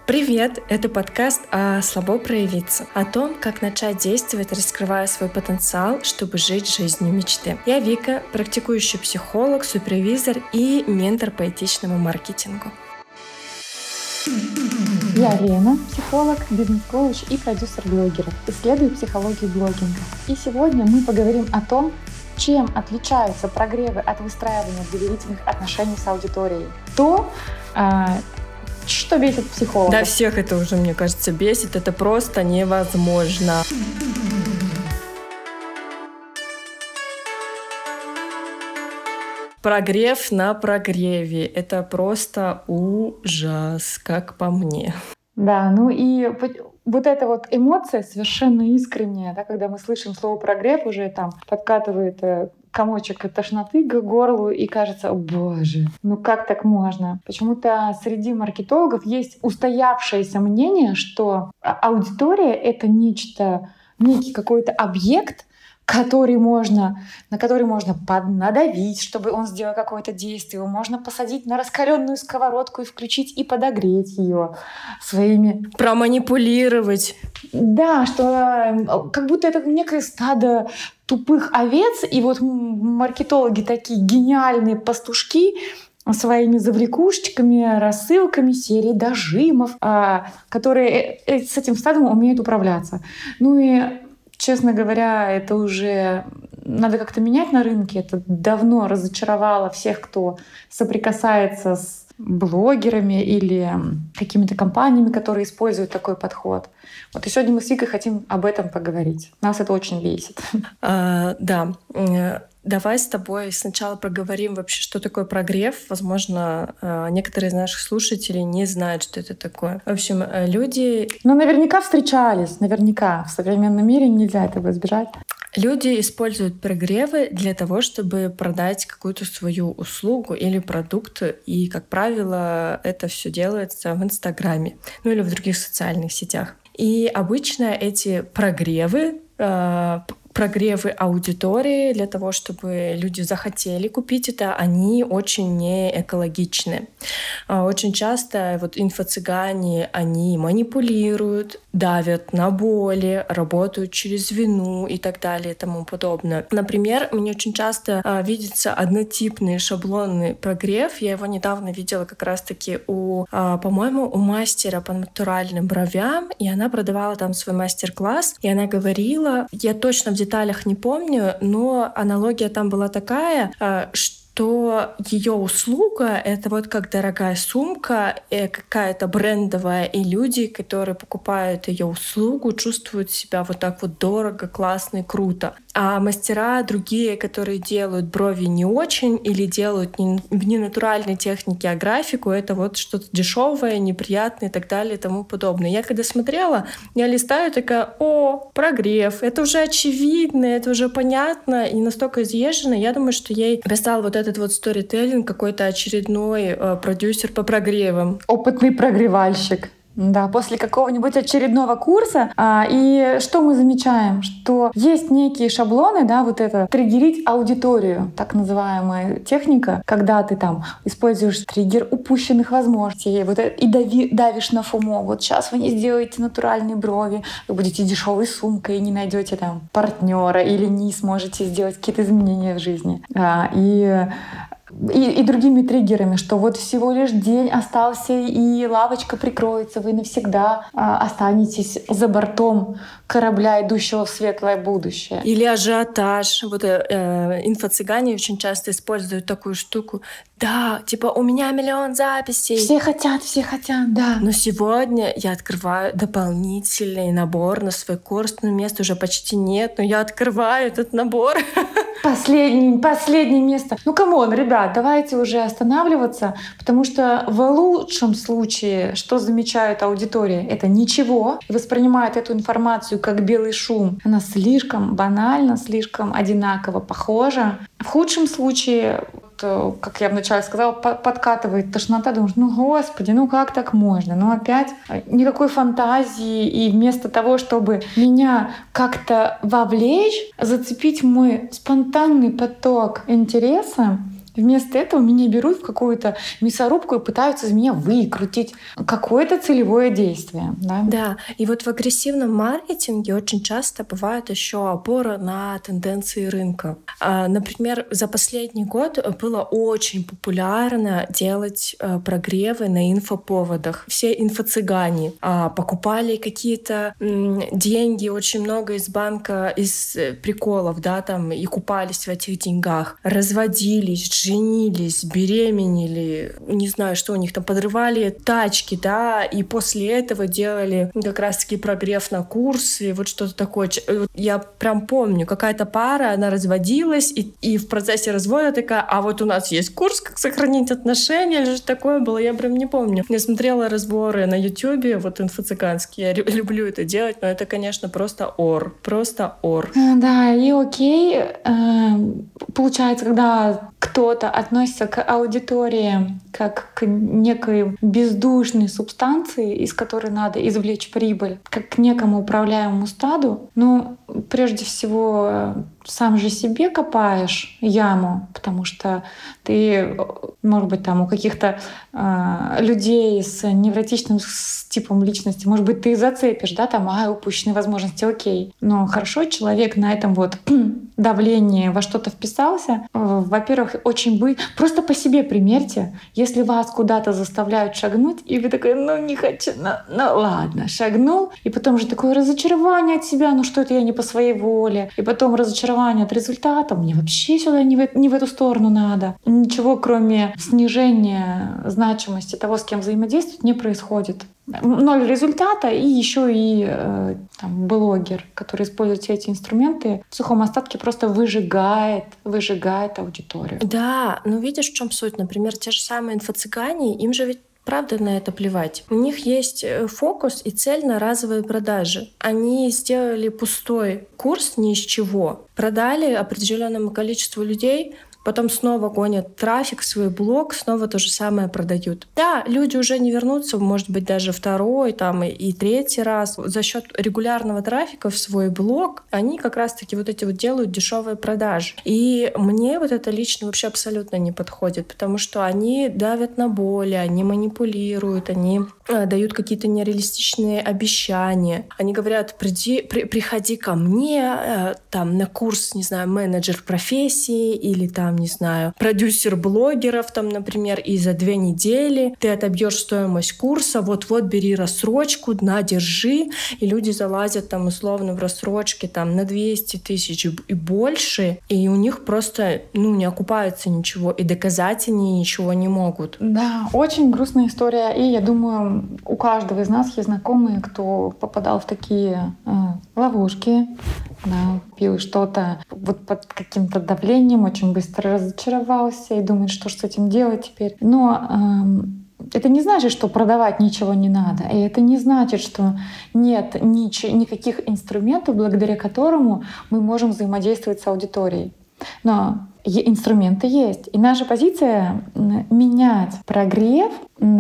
Привет! Это подкаст о «Слабо проявиться», о том, как начать действовать, раскрывая свой потенциал, чтобы жить жизнью мечты. Я Вика, практикующий психолог, супервизор и ментор по этичному маркетингу. Я Лена, психолог, бизнес-коуч и продюсер блогеров. Исследую психологию блогинга. И сегодня мы поговорим о том, чем отличаются прогревы от выстраивания доверительных отношений с аудиторией. Что бесит психологов? Да, всех это уже, мне кажется, бесит. Это просто невозможно. Прогрев на прогреве. Это просто ужас, как по мне. Да, ну и вот эта вот эмоция совершенно искренняя, да, когда мы слышим слово «прогрев», уже там подкатывает комочек тошноты к горлу, и кажется: боже, ну как так можно? Почему-то среди маркетологов есть устоявшееся мнение, что аудитория — это некий какой-то объект, на который можно надавить, чтобы он сделал какое-то действие. Его можно посадить на раскаленную сковородку и включить и подогреть ее своими... Проманипулировать. Да, что как будто это некое стадо тупых овец, и вот маркетологи такие гениальные пастушки своими завлекушечками, рассылками, серией дожимов, которые с этим стадом умеют управляться. Ну и, честно говоря, это уже надо как-то менять на рынке. Это давно разочаровало всех, кто соприкасается с блогерами или какими-то компаниями, которые используют такой подход. Вот и сегодня мы с Викой хотим об этом поговорить. Нас это очень бесит. Да. Давай с тобой сначала проговорим вообще, что такое прогрев. Возможно, некоторые из наших слушателей не знают, что это такое. В общем, люди... Наверняка встречались, наверняка. В современном мире нельзя этого избежать. Люди используют прогревы для того, чтобы продать какую-то свою услугу или продукт. И, как правило, это все делается в Инстаграме, или в других социальных сетях. И обычно эти прогревы аудитории для того, чтобы люди захотели купить это, они очень не экологичны. Очень часто инфо-цыгане, они манипулируют, давят на боли, работают через вину и так далее и тому подобное. Например, мне очень часто видится однотипный шаблонный прогрев. Я его недавно видела как раз-таки по-моему, у мастера по натуральным бровям, и она продавала там свой мастер-класс, и она говорила, я точно в деталях не помню, но аналогия там была такая, что ее услуга — это как дорогая сумка, какая-то брендовая, и люди, которые покупают ее услугу, чувствуют себя так дорого, классно и круто. А мастера другие, которые делают брови не очень или делают не натуральной техники, а графику, это что-то дешевое, неприятное и так далее и тому подобное. Я когда смотрела, я листаю, такая: о, прогрев, это уже очевидно, это уже понятно и настолько изъезжено. Я думаю, что ей писал этот сторителлинг какой-то очередной продюсер по прогревам. Опытный прогревальщик. Да, после какого-нибудь очередного курса. И что мы замечаем? Что есть некие шаблоны, это триггерить аудиторию, так называемая техника, когда ты там используешь триггер упущенных возможностей, и давишь на ФОМО. Вот сейчас вы не сделаете натуральные брови, вы будете дешевой сумкой и не найдете там партнера или не сможете сделать какие-то изменения в жизни. И другими триггерами, что всего лишь день остался, и лавочка прикроется, вы навсегда останетесь за бортом корабля, идущего в светлое будущее. Или ажиотаж. Инфо-цыгане очень часто используют такую штуку. Да, у меня миллион записей. Все хотят, да. Но сегодня я открываю дополнительный набор на свой курс. Места уже почти нет, но я открываю этот набор. Последнее место. Камон, ребят, давайте уже останавливаться, потому что в лучшем случае, что замечает аудитория, это ничего, воспринимает эту информацию как белый шум. Она слишком банальна, слишком одинаково похожа. В худшем случае, как я вначале сказала, подкатывает тошнота, думаешь: господи, как так можно? Опять никакой фантазии, и вместо того, чтобы меня как-то вовлечь, зацепить мой спонтанный поток интереса, Вместо этого меня берут в какую-то мясорубку и пытаются из меня выкрутить какое-то целевое действие. Да? Да, и вот в агрессивном маркетинге очень часто бывает еще опора на тенденции рынка. Например, за последний год было очень популярно делать прогревы на инфоповодах. Все инфо-цыгане покупали какие-то деньги, очень много из банка, из приколов, да, там, и купались в этих деньгах, разводились, женились, беременели, не знаю, что у них там, подрывали тачки, да, и после этого делали как раз-таки прогрев на курсы, вот что-то такое. Я прям помню, какая-то пара, она разводилась, и в процессе развода такая, а вот у нас есть курс, как сохранить отношения, или что такое было, я прям не помню. Я смотрела разборы на Ютубе, вот инфо-цыганские, я люблю это делать, но это, конечно, просто ор. Да, и окей. Получается, когда кто-то относится к аудитории как к некой бездушной субстанции, из которой надо извлечь прибыль, как к некому управляемому стаду, ну, прежде всего, сам же себе копаешь яму, потому что ты, может быть, там у каких-то людей с невротичным типом личности, может быть, ты зацепишь, да, там, упущенные возможности, окей. Но хорошо, человек на этом вот давлении во что-то вписался. Во-первых, очень просто по себе примерьте, если вас куда-то заставляют шагнуть, и вы такой, ну не хочу, ну ладно, шагнул, и потом же такое разочарование от себя, ну что это я не по своей воле, и потом разочарование от результата, мне вообще сюда не в эту сторону надо. Ничего, кроме снижения значимости того, с кем взаимодействовать, не происходит. 0 результата, и еще и там, блогер, который использует все эти инструменты, в сухом остатке просто выжигает аудиторию. Да, ну видишь, в чем суть? Например, те же самые инфо-цыгане, им же ведь правда на это плевать. У них есть фокус и цель на разовые продажи. Они сделали пустой курс ни из чего, продали определенному количеству людей, потом снова гонят трафик в свой блог, снова то же самое продают. Да, люди уже не вернутся, может быть, даже второй там, и третий раз. За счет регулярного трафика в свой блог они как раз-таки вот эти вот делают дешевые продажи. И мне вот это лично вообще абсолютно не подходит, потому что они давят на боли, они манипулируют, они дают какие-то нереалистичные обещания. Они говорят, приходи ко мне там на курс, не знаю, менеджер профессии или там, не знаю, продюсер блогеров, там, например, и за 2 недели ты отобьешь стоимость курса, вот-вот бери рассрочку, держи, и люди залазят там условно в рассрочки там на 200 тысяч и больше, и у них просто, не окупается ничего, и доказать они ничего не могут. Да, очень грустная история, и я думаю, у каждого из нас есть знакомые, кто попадал в такие ловушки, да, пил что-то вот под каким-то давлением, очень быстро разочаровался и думает, что же с этим делать теперь. Но это не значит, что продавать ничего не надо. И это не значит, что нет никаких инструментов, благодаря которому мы можем взаимодействовать с аудиторией. Но инструменты есть. И наша позиция — менять прогрев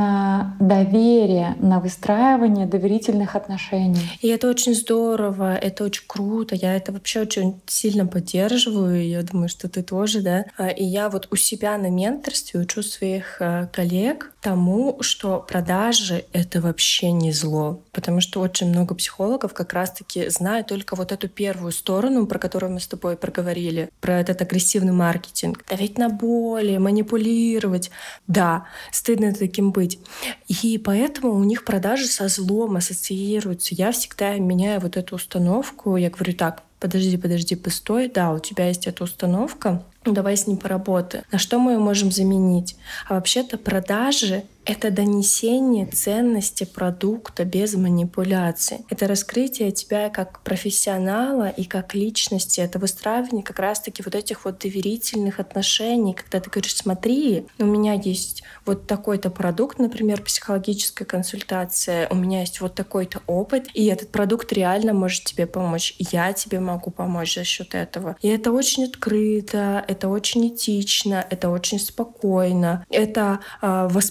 на доверие, на выстраивание доверительных отношений. И это очень здорово, это очень круто. Я это вообще очень сильно поддерживаю. И я думаю, что ты тоже, да. И я вот у себя на менторстве учу своих коллег тому, что продажи — это вообще не зло. Потому что очень много психологов как раз-таки знают только вот эту первую сторону, про которую мы с тобой проговорили, про этот агрессивный маркетинг. Давить на боли, манипулировать. Да, стыдно таким быть. И поэтому у них продажи со злом ассоциируются. Я всегда меняю вот эту установку. Я говорю, так, подожди, постой. Да, у тебя есть эта установка, давай с ней поработаем. На что мы ее можем заменить? А вообще-то продажи — это донесение ценности продукта без манипуляций. Это раскрытие тебя как профессионала и как личности. Это выстраивание как раз-таки вот этих вот доверительных отношений, когда ты говоришь, смотри, у меня есть вот такой-то продукт, например, психологическая консультация, у меня есть вот такой-то опыт, и этот продукт реально может тебе помочь, и я тебе могу помочь за счет этого. И это очень открыто, это очень этично, это очень спокойно, это восприятие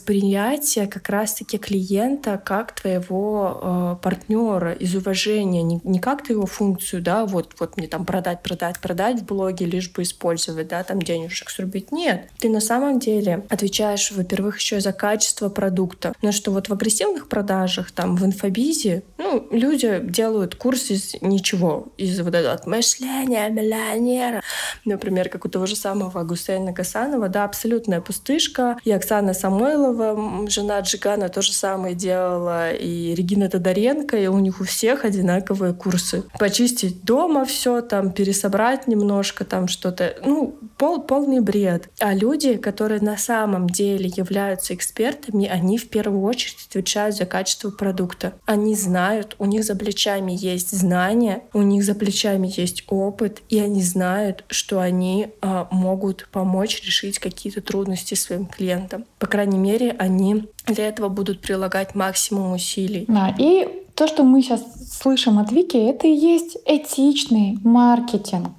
восприятие как раз-таки клиента как твоего партнера из уважения, не как ты его функцию, да, вот мне там продать в блоге, лишь бы использовать, да, там денежек срубить. Нет, ты на самом деле отвечаешь, во-первых, еще и за качество продукта. Но что вот в агрессивных продажах, там, в инфобизе, люди делают курс из ничего, из вот этого мышления миллионера. Например, как у того же самого Гусейна Гасанова, да, абсолютная пустышка. И Оксана Самойлова, жена Джигана, то же самое делала. И Регина Тодоренко, и у них у всех одинаковые курсы. Почистить дома все, там, пересобрать немножко, там что-то. Полный бред. А люди, которые на самом деле являются экспертами, они в первую очередь отвечают за качество продукта. Они знают, у них за плечами есть знания, у них за плечами есть опыт, и они знают, что они могут помочь решить какие-то трудности своим клиентам. По крайней мере, они для этого будут прилагать максимум усилий. Да, и то, что мы сейчас слышим от Вики, это и есть этичный маркетинг.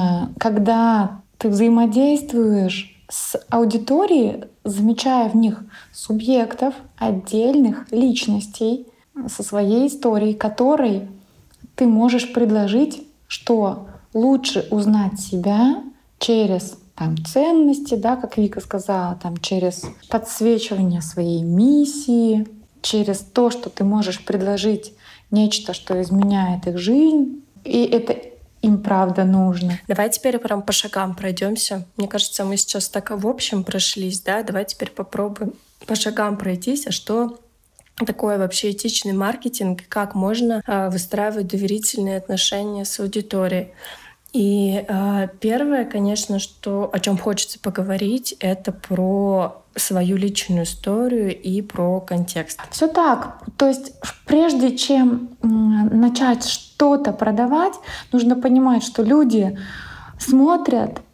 Когда ты взаимодействуешь с аудиторией, замечая в них субъектов, отдельных личностей со своей историей, которой ты можешь предложить, что лучше узнать себя через ценности, да, как Вика сказала, через подсвечивание своей миссии, через то, что ты можешь предложить нечто, что изменяет их жизнь. И это им правда нужно. Давай теперь прям по шагам пройдемся. Мне кажется, мы сейчас так в общем прошлись, да? Давай теперь попробуем по шагам пройтись. А что такое вообще этичный маркетинг? Как можно выстраивать доверительные отношения с аудиторией? И первое, конечно, о чем хочется поговорить, это про свою личную историю и про контекст. Все так. То есть прежде чем начать что-то продавать, нужно понимать, что люди смотрят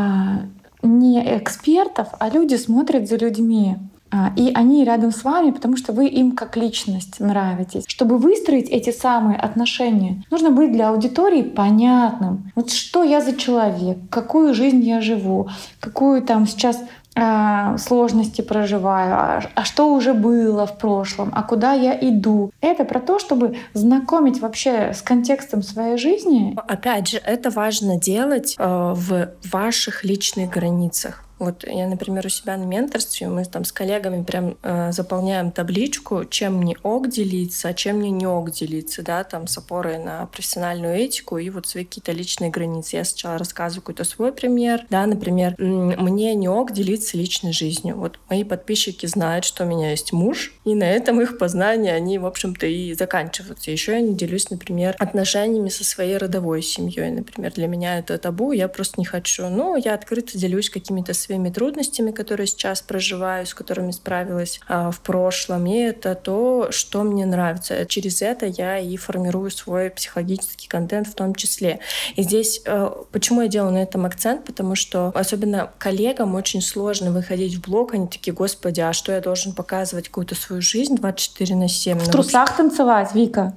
не экспертов, а люди смотрят за людьми. И они рядом с вами, потому что вы им как личность нравитесь. Чтобы выстроить эти самые отношения, нужно быть для аудитории понятным. Вот что я за человек, какую жизнь я живу, какую там сейчас сложности проживаю, а что уже было в прошлом, а куда я иду. Это про то, чтобы знакомить вообще с контекстом своей жизни. Опять же, это важно делать в ваших личных границах. Вот я, например, у себя на менторстве, мы там с коллегами прям заполняем табличку, чем мне ок делиться, а чем мне не ок делиться, да, там с опорой на профессиональную этику и вот свои какие-то личные границы. Я сначала рассказываю какой-то свой пример, да, например, мне не ок делиться личной жизнью. Вот мои подписчики знают, что у меня есть муж, и на этом их познания, они, в общем-то, и заканчиваются. Еще я не делюсь, например, отношениями со своей родовой семьей. Например, для меня это табу, я просто не хочу. Но я открыто делюсь какими-то своими трудностями, которые сейчас проживаю, с которыми справилась в прошлом. И это то, что мне нравится. Через это я и формирую свой психологический контент в том числе. И здесь почему я делаю на этом акцент? Потому что особенно коллегам очень сложно выходить в блог. Они такие: господи, а что я должен показывать какую-то свою жизнь 24/7? В трусах танцевать, Вика.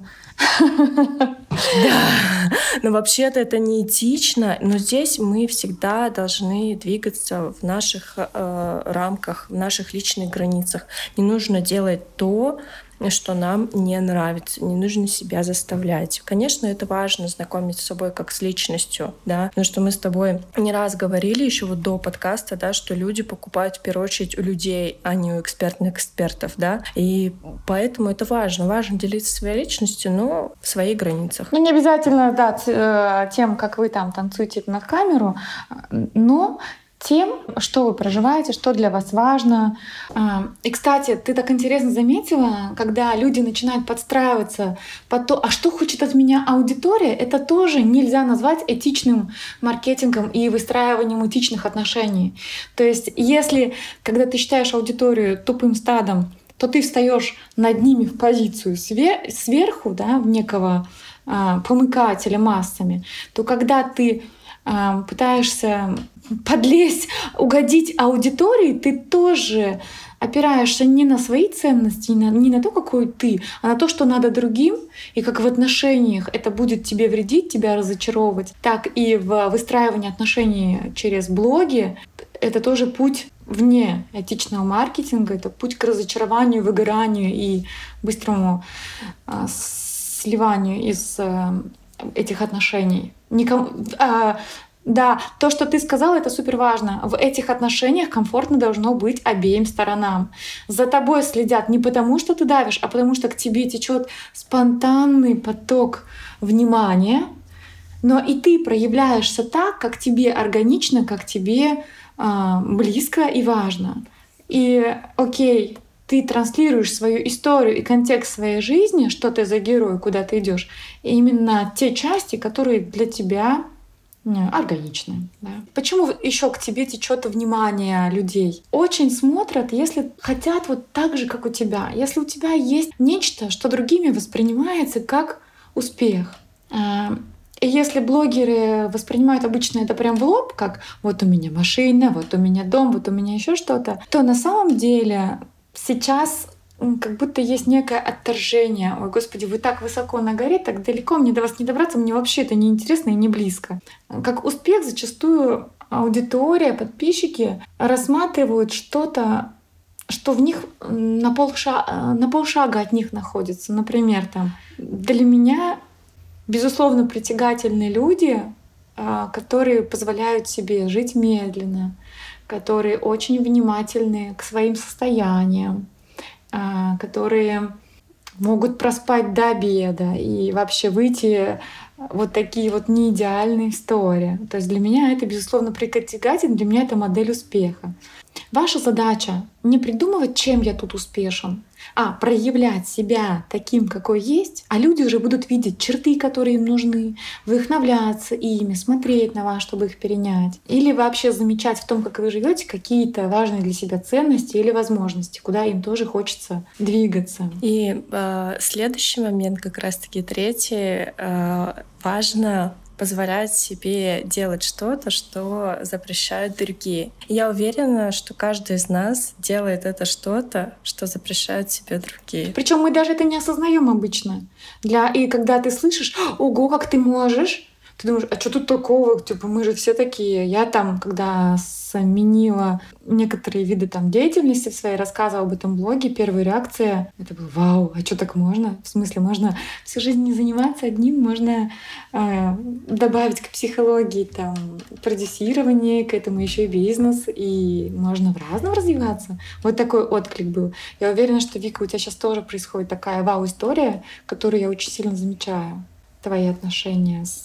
Да, но вообще-то это не этично, но здесь мы всегда должны двигаться в наших рамках, в наших личных границах. Не нужно делать то, что нам не нравится, не нужно себя заставлять. Конечно, это важно знакомить с собой как с личностью, да, потому что мы с тобой не раз говорили еще вот до подкаста, да, что люди покупают в первую очередь у людей, а не у экспертов, да, и поэтому это важно делиться своей личностью, но в своих границах. Не обязательно, да, тем, как вы там танцуете на камеру, но тем, что вы проживаете, что для вас важно. И, кстати, ты так интересно заметила, когда люди начинают подстраиваться под то, а что хочет от меня аудитория, это тоже нельзя назвать этичным маркетингом и выстраиванием этичных отношений. То есть если, когда ты считаешь аудиторию тупым стадом, то ты встаешь над ними в позицию сверху, да, в некого помыкателя массами, то когда ты пытаешься подлезть, угодить аудитории, ты тоже опираешься не на свои ценности, не на то, какой ты, а на то, что надо другим, и как в отношениях это будет тебе вредить, тебя разочаровывать, так и в выстраивании отношений через блоги это тоже путь вне этичного маркетинга. Это путь к разочарованию, выгоранию и быстрому сливанию из этих отношений. Да, то, что ты сказала, это супер важно. В этих отношениях комфортно должно быть обеим сторонам. За тобой следят не потому, что ты давишь, а потому что к тебе течет спонтанный поток внимания, но и ты проявляешься так, как тебе органично, как тебе близко и важно. И окей, ты транслируешь свою историю и контекст своей жизни, что ты за герой, куда ты идешь, и именно те части, которые для тебя органичны. Да. Почему еще к тебе течет внимание людей? Очень смотрят, если хотят вот так же, как у тебя. Если у тебя есть нечто, что другими воспринимается как успех. И если блогеры воспринимают обычно это прям в лоб, как вот у меня машина, вот у меня дом, вот у меня еще что-то, то на самом деле сейчас как будто есть некое отторжение. Ой, Господи, вы так высоко на горе, так далеко, мне до вас не добраться, мне вообще это не интересно и не близко. Как успех зачастую аудитория, подписчики рассматривают что-то, что в них на полшага от них находится. Например, там, для меня безусловно притягательны люди, которые позволяют себе жить медленно, которые очень внимательны к своим состояниям, которые могут проспать до обеда и вообще выйти вот такие вот неидеальные истории. То есть для меня это, безусловно, притягатель, для меня это модель успеха. Ваша задача не придумывать, чем я тут успешен, а проявлять себя таким, какой есть, а люди уже будут видеть черты, которые им нужны, вдохновляться ими, смотреть на вас, чтобы их перенять. Или вообще замечать в том, как вы живете, какие-то важные для себя ценности или возможности, куда им тоже хочется двигаться. И следующий момент, как раз-таки третий, важно позволять себе делать что-то, что запрещают другие. И я уверена, что каждый из нас делает это что-то, что запрещают себе другие. Причем мы даже это не осознаем обычно. И когда ты слышишь: «Ого, как ты можешь!» Ты думаешь, а что тут такого? Типа, мы же все такие. Я там, когда сменила некоторые виды там деятельности в своей, рассказывала об этом блоге, первая реакция — это было: вау, а что так можно? В смысле, можно всю жизнь не заниматься одним, можно добавить к психологии там продюсирование, к этому еще и бизнес, и можно в разном развиваться. Вот такой отклик был. Я уверена, что, Вика, у тебя сейчас тоже происходит такая вау-история, которую я очень сильно замечаю. Твои отношения с...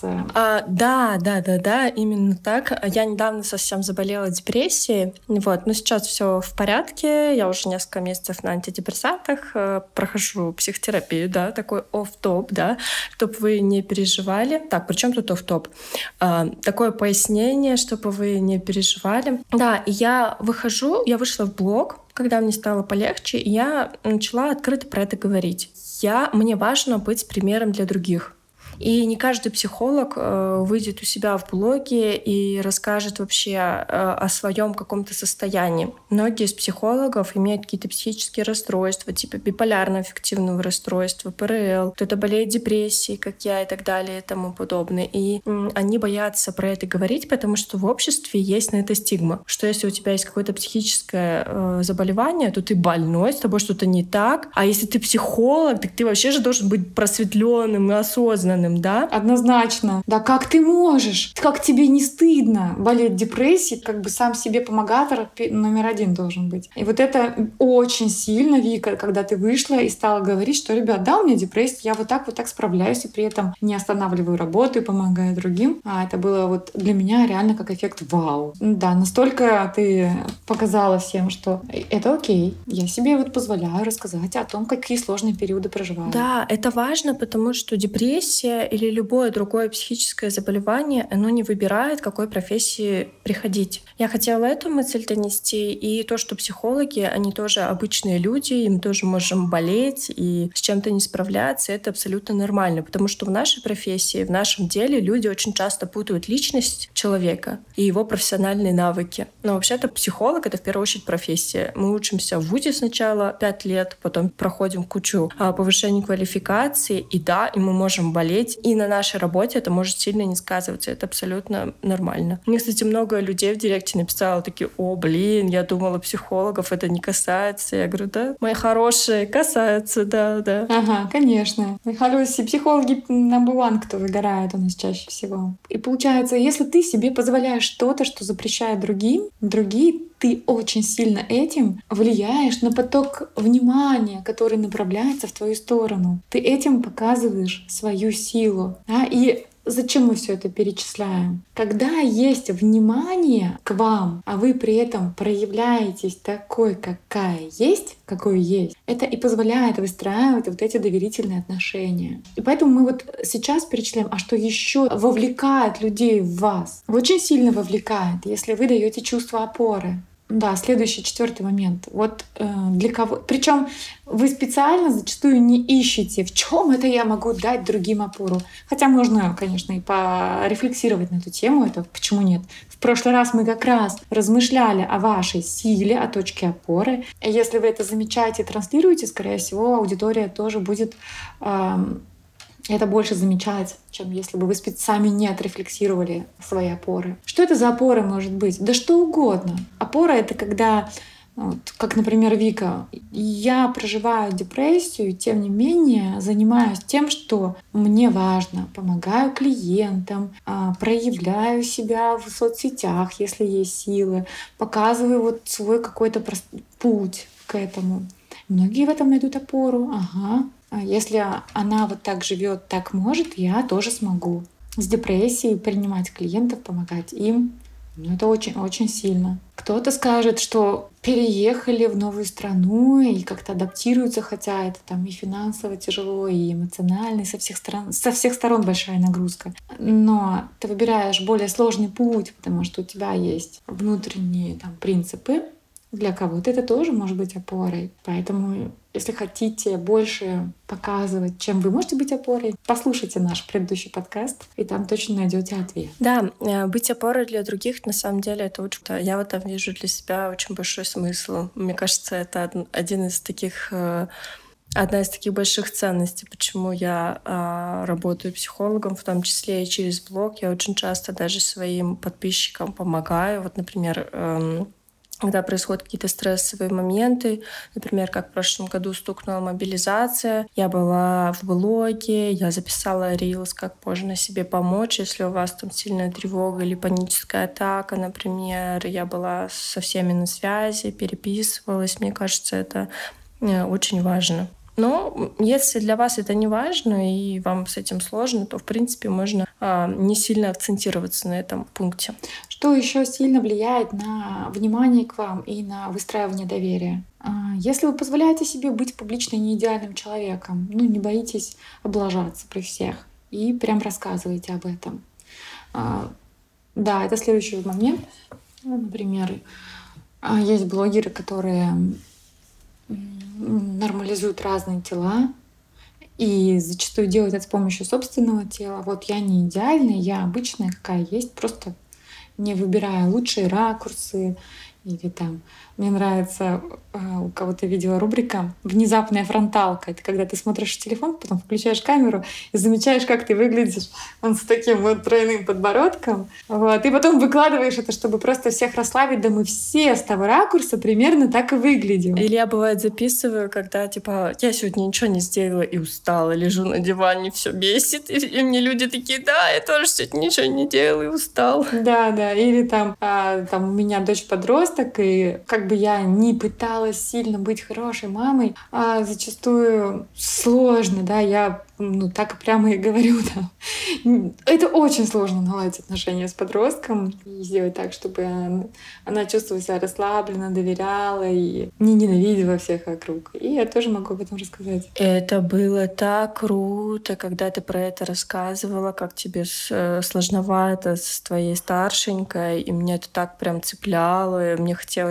Да, именно так. Я недавно совсем заболела депрессией, но сейчас все в порядке. Я уже несколько месяцев на антидепрессантах, прохожу психотерапию, да, такой офф-топ, да, чтобы вы не переживали. Так, при чем тут офф-топ? Такое пояснение, чтобы вы не переживали. Да, и я вышла в блог, когда мне стало полегче, и я начала открыто про это говорить. Мне важно быть примером для других. И не каждый психолог выйдет у себя в блоге и расскажет вообще о своем каком-то состоянии. Многие из психологов имеют какие-то психические расстройства, типа биполярно-аффективного расстройства, ПРЛ, кто-то болеет депрессией, как я, и так далее, и тому подобное. И они боятся про это говорить, потому что в обществе есть на это стигма, что если у тебя есть какое-то психическое заболевание, то ты больной, с тобой что-то не так. А если ты психолог, так ты вообще же должен быть просветленным и осознанным. Да? Однозначно. Да как ты можешь? Как тебе не стыдно болеть депрессией? Как бы сам себе помогатор номер один должен быть. И вот это очень сильно, Вика, когда ты вышла и стала говорить, что, ребят, да, у меня депрессия, я вот так справляюсь, и при этом не останавливаю работу и помогаю другим. А это было вот для меня реально как эффект вау. Да, настолько ты показала всем, что это окей. Я себе вот позволяю рассказать о том, какие сложные периоды проживаю. Да, это важно, потому что депрессия или любое другое психическое заболевание, оно не выбирает, к какой профессии приходить. Я хотела эту мысль донести, и то, что психологи, они тоже обычные люди, им тоже можем болеть и с чем-то не справляться, это абсолютно нормально, потому что в нашей профессии, в нашем деле люди очень часто путают личность человека и его профессиональные навыки. Но вообще-то психолог — это в первую очередь профессия. Мы учимся в вузе сначала 5 лет, потом проходим кучу повышения квалификации, и да, и мы можем болеть, болеть, и на нашей работе это может сильно не сказываться. Это абсолютно нормально. Мне, кстати, много людей в директе написало такие: о, блин, я думала, психологов это не касается. Я говорю: да, мои хорошие, касается, да. Ага, конечно. Михаил, психологи number one, кто выгорает у нас чаще всего. И получается, если ты себе позволяешь что-то, что запрещает другим, другие, ты очень сильно этим влияешь на поток внимания, который направляется в твою сторону. Ты этим показываешь свою силу. Да? И зачем мы все это перечисляем? Когда есть внимание к вам, а вы при этом проявляетесь такой, какой есть, это и позволяет выстраивать вот эти доверительные отношения. И поэтому мы вот сейчас перечисляем, а что еще вовлекает людей в вас? Очень сильно вовлекает, если вы даете чувство опоры. Да, следующий, 4-й момент. Вот для кого. Причем вы специально зачастую не ищете, в чем это я могу дать другим опору. Хотя можно, конечно, и порефлексировать на эту тему. Это почему нет? В прошлый раз мы как раз размышляли о вашей силе, о точке опоры. И если вы это замечаете и транслируете, скорее всего, аудитория тоже будет это больше замечать, чем если бы вы сами не отрефлексировали свои опоры. Что это за опора может быть? Да что угодно. Опора — это когда, вот, как, например, Вика, я проживаю депрессию, тем не менее занимаюсь тем, что мне важно. Помогаю клиентам, проявляю себя в соцсетях, если есть силы, показываю вот свой какой-то путь к этому. Многие в этом найдут опору. Ага. Если она вот так живет, так может, я тоже смогу с депрессией принимать клиентов, помогать им. Это очень-очень сильно. Кто-то скажет, что переехали в новую страну и как-то адаптируются, хотя это там и финансово тяжело, и эмоционально, и со всех сторон большая нагрузка. Но ты выбираешь более сложный путь, потому что у тебя есть внутренние там принципы. Для кого-то это тоже может быть опорой. Поэтому, если хотите больше показывать, чем вы можете быть опорой, послушайте наш предыдущий подкаст, и там точно найдете ответ. Да, быть опорой для других, на самом деле, это очень... Я в этом вижу для себя очень большой смысл. Мне кажется, это одна из таких больших ценностей, почему я работаю психологом, в том числе и через блог. Я очень часто даже своим подписчикам помогаю. Вот, например, когда происходят какие-то стрессовые моменты, например, как в прошлом году стукнула мобилизация, я была в блоге, я записала рилс, как можно себе помочь, если у вас там сильная тревога или паническая атака, например. Я была со всеми на связи, переписывалась. Мне кажется, это очень важно. Но если для вас это не важно и вам с этим сложно, то, в принципе, можно не сильно акцентироваться на этом пункте. Что еще сильно влияет на внимание к вам и на выстраивание доверия? Если вы позволяете себе быть публично неидеальным человеком, не боитесь облажаться при всех и прям рассказываете об этом. Да, это следующий момент. Например, есть блогеры, которые нормализуют разные тела и зачастую делают это с помощью собственного тела. Вот я не идеальная, я обычная, какая есть, просто не выбирая лучшие ракурсы. Или там, мне нравится, у кого-то видела рубрика «Внезапная фронталка». Это когда ты смотришь в телефон, потом включаешь камеру и замечаешь, как ты выглядишь. Он с таким вот тройным подбородком. Вот. И потом выкладываешь это, чтобы просто всех расслабить. Да мы все с того ракурса примерно так и выглядим. Или я, бывает, записываю, когда, я сегодня ничего не сделала и устала, лежу на диване, все бесит. И мне люди такие: да, я тоже сегодня ничего не делала и устала. Да. Или там у меня дочь-подросток, и как бы я не пыталась сильно быть хорошей мамой, зачастую сложно, да, я так прямо и говорю, да. Это очень сложно наладить отношения с подростком и сделать так, чтобы она чувствовала себя расслабленно, доверяла и не ненавидела всех вокруг. И я тоже могу об этом рассказать. Это было так круто, когда ты про это рассказывала, как тебе сложновато с твоей старшенькой, и меня это так прям цепляло, и мне хотелось тебе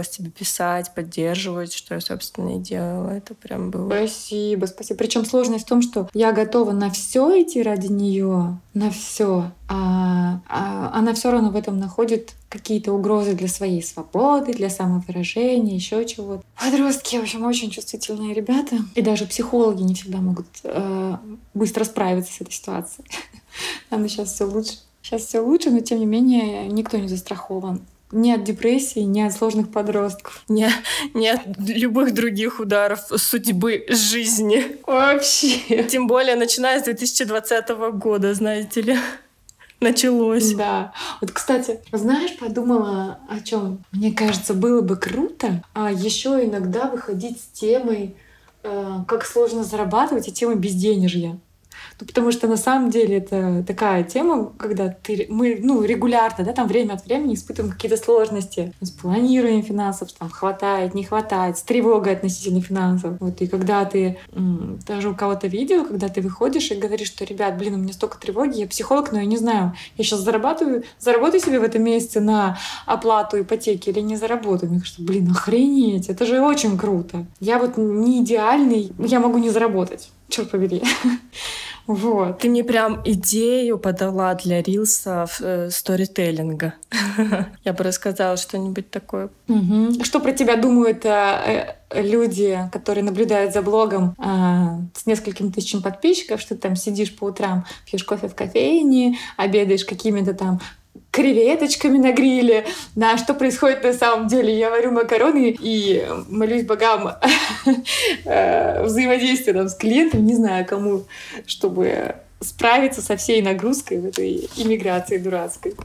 писать, поддерживать, что я, собственно, и делала. Это прям было. Спасибо, спасибо. Причем сложность в том, что я готова на все идти ради нее, на все, а она все равно в этом находит какие-то угрозы для своей свободы, для самовыражения, еще чего-то. Подростки, в общем, очень чувствительные ребята. И даже психологи не всегда могут быстро справиться с этой ситуацией. Нам сейчас все лучше. Сейчас все лучше, но тем не менее никто не застрахован. Ни от депрессии, ни от сложных подростков. Не от любых других ударов судьбы жизни. Вообще. Тем более, начиная с 2020 года, знаете ли, началось. Да. Вот, кстати, знаешь, подумала о чем? Мне кажется, было бы круто еще иногда выходить с темой, как сложно зарабатывать, и темой безденежья. Ну, потому что на самом деле это такая тема, когда мы регулярно, да, там время от времени испытываем какие-то сложности с планированием финансов, там хватает, не хватает, с тревогой относительно финансов. Вот, и когда ты даже у кого-то видел, когда ты выходишь и говоришь, что, ребят, у меня столько тревоги, я психолог, но я не знаю, я сейчас заработаю себе в этом месяце на оплату ипотеки или не заработаю. Мне кажется, охренеть, это же очень круто. Я вот не идеальный, я могу не заработать, черт побери. Вот. Ты мне прям идею подала для рилсов сторителлинга. Я бы рассказала что-нибудь такое. Что про тебя думают люди, которые наблюдают за блогом с несколькими тысячами подписчиков, что ты там сидишь по утрам, пьешь кофе в кофейне, обедаешь какими-то там креветочками на гриле. Да, что происходит на самом деле? Я варю макароны и молюсь богам взаимодействия с клиентом, не знаю кому, чтобы справиться со всей нагрузкой в этой иммиграции дурацкой.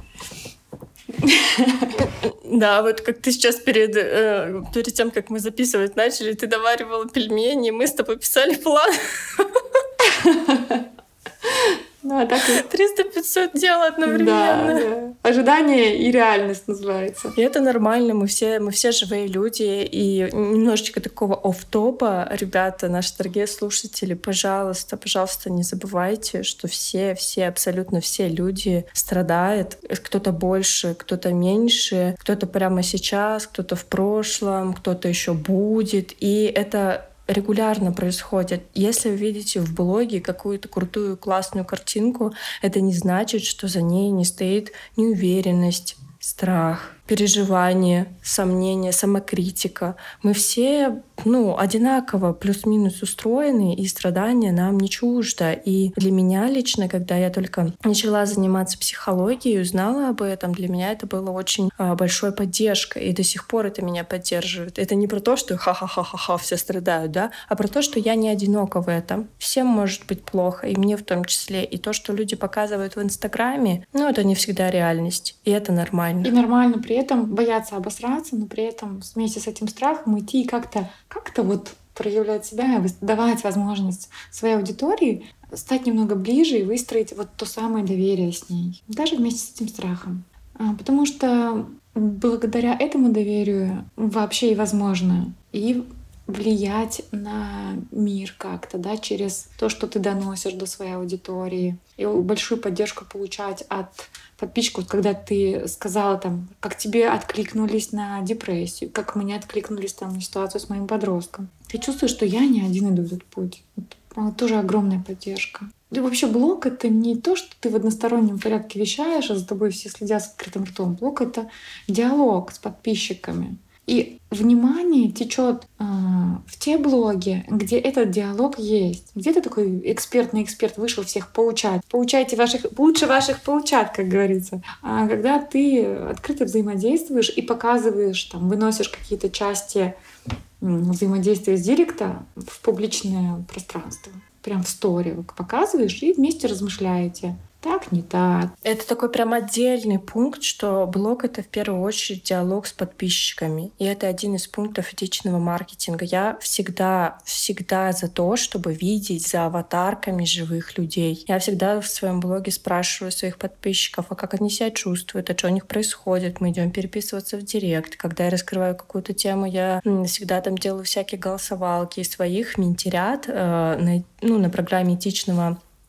Да, вот как ты сейчас перед тем, как мы записывать начали, ты доваривала пельмени, мы с тобой писали план. Да, так и 300-500 дел одновременно. Да. Ожидание и реальность называется. И это нормально, мы все живые люди. И немножечко такого офф-топа, ребята, наши дорогие слушатели, пожалуйста, не забывайте, что все, абсолютно все люди страдают. Кто-то больше, кто-то меньше, кто-то прямо сейчас, кто-то в прошлом, кто-то еще будет. И это регулярно происходит. Если вы видите в блоге какую-то крутую, классную картинку, это не значит, что за ней не стоит неуверенность, страх, переживания, сомнения, самокритика. Мы все одинаково плюс-минус устроены, и страдания нам не чуждо. И для меня лично, когда я только начала заниматься психологией, узнала об этом, для меня это было очень большой поддержкой, и до сих пор это меня поддерживает. Это не про то, что ха-ха-ха-ха-ха, все страдают, да, а про то, что я не одинока в этом. Всем может быть плохо, и мне в том числе. И то, что люди показывают в Инстаграме, это не всегда реальность, и это нормально. И нормально при этом бояться обосраться, но при этом вместе с этим страхом идти и как-то вот проявлять себя, давать возможность своей аудитории стать немного ближе и выстроить вот то самое доверие с ней, даже вместе с этим страхом. Потому что благодаря этому доверию вообще и возможно и влиять на мир как-то, да, через то, что ты доносишь до своей аудитории. И большую поддержку получать от подписчиков, когда ты сказала там, как тебе откликнулись на депрессию, как мне откликнулись там на ситуацию с моим подростком. Ты чувствуешь, что я не один иду этот путь. Это тоже огромная поддержка. И вообще блог — это не то, что ты в одностороннем порядке вещаешь, а за тобой все следят с открытым ртом. Блог — это диалог с подписчиками. И внимание течет в те блоги, где этот диалог есть. Где ты такой экспертный эксперт вышел всех поучать. Поучайте лучше ваших поучат, как говорится. А когда ты открыто взаимодействуешь и показываешь, там, выносишь какие-то части взаимодействия с директа в публичное пространство, прям в стори показываешь и вместе размышляете. Так, не так. Это такой прям отдельный пункт, что блог — это в первую очередь диалог с подписчиками. И это один из пунктов этичного маркетинга. Я всегда за то, чтобы видеть за аватарками живых людей. Я всегда в своем блоге спрашиваю своих подписчиков, а как они себя чувствуют, а что у них происходит. Мы идем переписываться в директ. Когда я раскрываю какую-то тему, я всегда там делаю всякие голосовалки. И своих менторят на программе этичного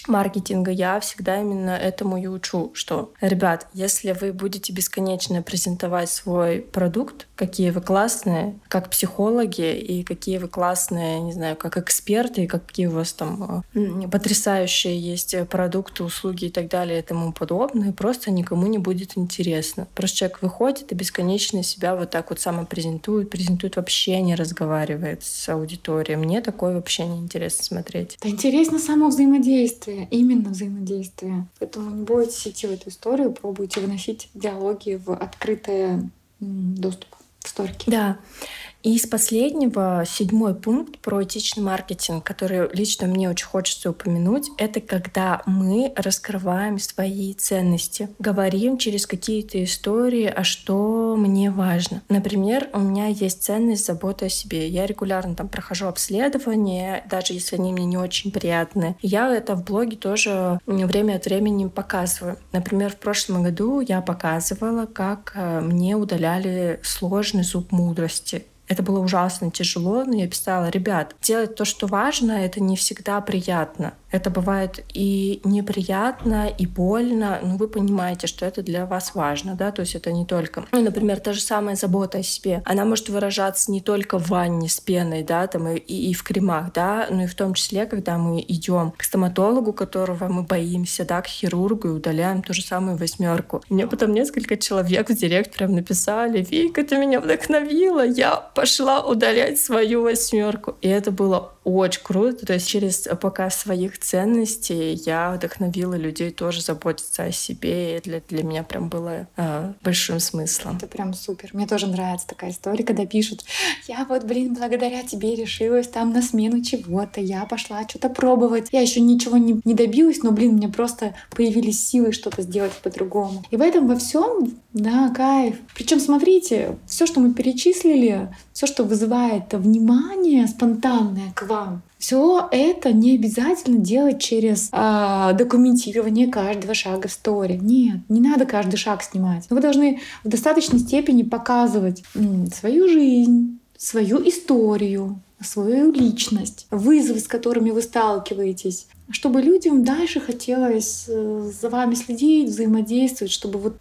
маркетинга я всегда именно этому и учу, что, ребят, если вы будете бесконечно презентовать свой продукт, какие вы классные, как психологи, и какие вы классные, не знаю, как эксперты, и какие у вас там потрясающие есть продукты, услуги и так далее и тому подобное, просто никому не будет интересно. Просто человек выходит и бесконечно себя вот так вот презентует, вообще не разговаривает с аудиторией. Мне такое вообще не интересно смотреть. Да, интересно само взаимодействие, именно взаимодействие. Поэтому не бойтесь идти в эту историю, пробуйте выносить диалоги в открытый доступ, в сторики. Да. И из последнего, 7-й пункт про этичный маркетинг, который лично мне очень хочется упомянуть, это когда мы раскрываем свои ценности, говорим через какие-то истории, а что мне важно. Например, у меня есть ценность заботы о себе. Я регулярно там прохожу обследования, даже если они мне не очень приятны. Я это в блоге тоже время от времени показываю. Например, в прошлом году я показывала, как мне удаляли сложный зуб мудрости. Это было ужасно тяжело, но я писала: ребят, делать то, что важно, это не всегда приятно. Это бывает и неприятно, и больно, но вы понимаете, что это для вас важно, да, то есть это не только... например, та же самая забота о себе, она может выражаться не только в ванне с пеной, да, там и в кремах, да, но и в том числе, когда мы идем к стоматологу, которого мы боимся, да, к хирургу, и удаляем ту же самую 8. Мне потом несколько человек в директ прям написали: Вика, ты меня вдохновила, я пошла удалять свою 8. И это было очень круто. То есть через показ своих ценностей я вдохновила людей тоже заботиться о себе. И для меня прям было большим смыслом. Это прям супер. Мне тоже нравится такая история, когда пишут: я вот, благодаря тебе решилась там на смену чего-то, я пошла что-то пробовать. Я еще ничего не добилась, но, мне просто появились силы что-то сделать по-другому. И в этом во всем, да, кайф. Причем смотрите, все, что мы перечислили, все, что вызывает внимание спонтанное к вам, все это не обязательно делать через документирование каждого шага в стори. Нет, не надо каждый шаг снимать. Но вы должны в достаточной степени показывать свою жизнь, свою историю, свою личность, вызовы, с которыми вы сталкиваетесь, чтобы людям дальше хотелось за вами следить, взаимодействовать, чтобы вот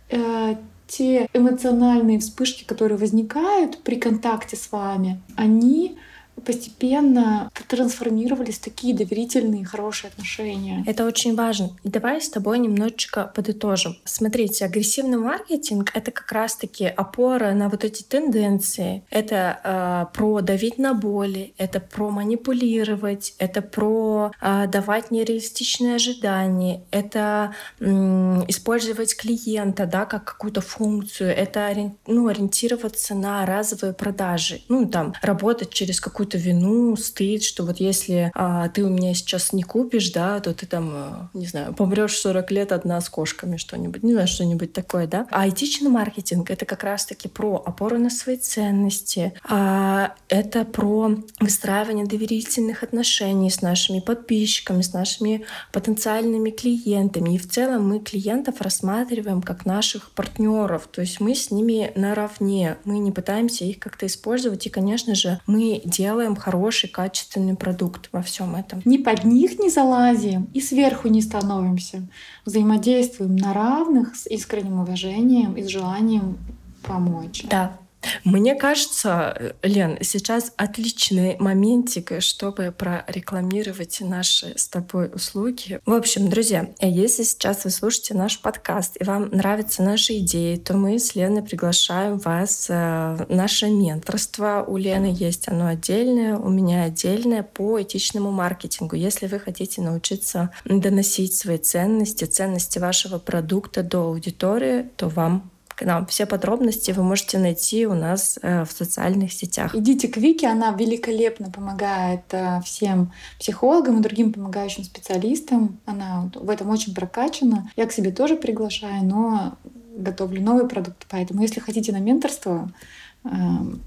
те эмоциональные вспышки, которые возникают при контакте с вами, они постепенно трансформировались в такие доверительные, хорошие отношения. Это очень важно. И давай с тобой немножечко подытожим. Смотрите, агрессивный маркетинг — это как раз-таки опора на вот эти тенденции. Это про давить на боли, это про манипулировать, это про давать нереалистичные ожидания, это использовать клиента, да, как какую-то функцию, это ориентироваться на разовые продажи, работать через какую-то вину, стыд, что вот если ты у меня сейчас не купишь, да, то ты там, не знаю, помрешь в 40 лет одна с кошками, что-нибудь, не знаю, что-нибудь такое, да. А этичный маркетинг — это как раз-таки про опору на свои ценности, это про выстраивание доверительных отношений с нашими подписчиками, с нашими потенциальными клиентами. И в целом мы клиентов рассматриваем как наших партнеров, то есть мы с ними наравне, мы не пытаемся их как-то использовать, и, конечно же, мы делаем хороший, качественный продукт во всем этом. Ни под них не залазим и сверху не становимся. Взаимодействуем на равных с искренним уважением и с желанием помочь. Да. Мне кажется, Лен, сейчас отличный моментик, чтобы прорекламировать наши с тобой услуги. В общем, друзья, если сейчас вы слушаете наш подкаст и вам нравятся наши идеи, то мы с Леной приглашаем вас в наше менторство. У Лены есть оно отдельное, у меня отдельное по этичному маркетингу. Если вы хотите научиться доносить свои ценности вашего продукта до аудитории, то вам к нам. Все подробности вы можете найти у нас в социальных сетях. Идите к Вике, она великолепно помогает всем психологам и другим помогающим специалистам. Она в этом очень прокачана. Я к себе тоже приглашаю, но готовлю новый продукт. Поэтому, если хотите на менторство,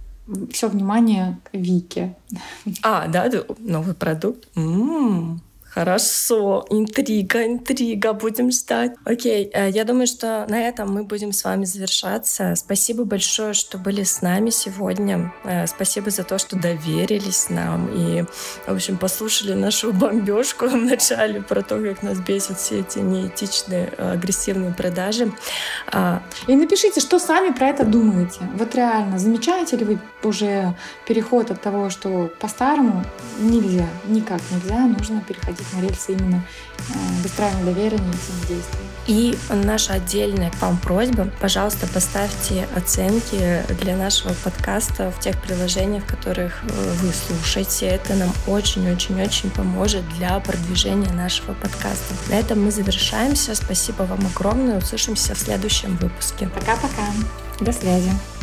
все внимание к Вике. Да, новый продукт. Хорошо, интрига, будем ждать. Окей, я думаю, что на этом мы будем с вами завершаться. Спасибо большое, что были с нами сегодня. Спасибо за то, что доверились нам и, в общем, послушали нашу бомбежку в начале про то, как нас бесят все эти неэтичные, агрессивные продажи. И напишите, что сами про это думаете. Вот реально, замечаете ли вы уже переход от того, что по-старому нельзя, никак нельзя, нужно переходить на рельсы именно выстраивания доверия и взаимодействия. И наша отдельная к вам просьба, пожалуйста, поставьте оценки для нашего подкаста в тех приложениях, в которых вы слушаете. Это нам очень-очень-очень поможет для продвижения нашего подкаста. На этом мы завершаемся. Спасибо вам огромное. Услышимся в следующем выпуске. Пока-пока. До связи.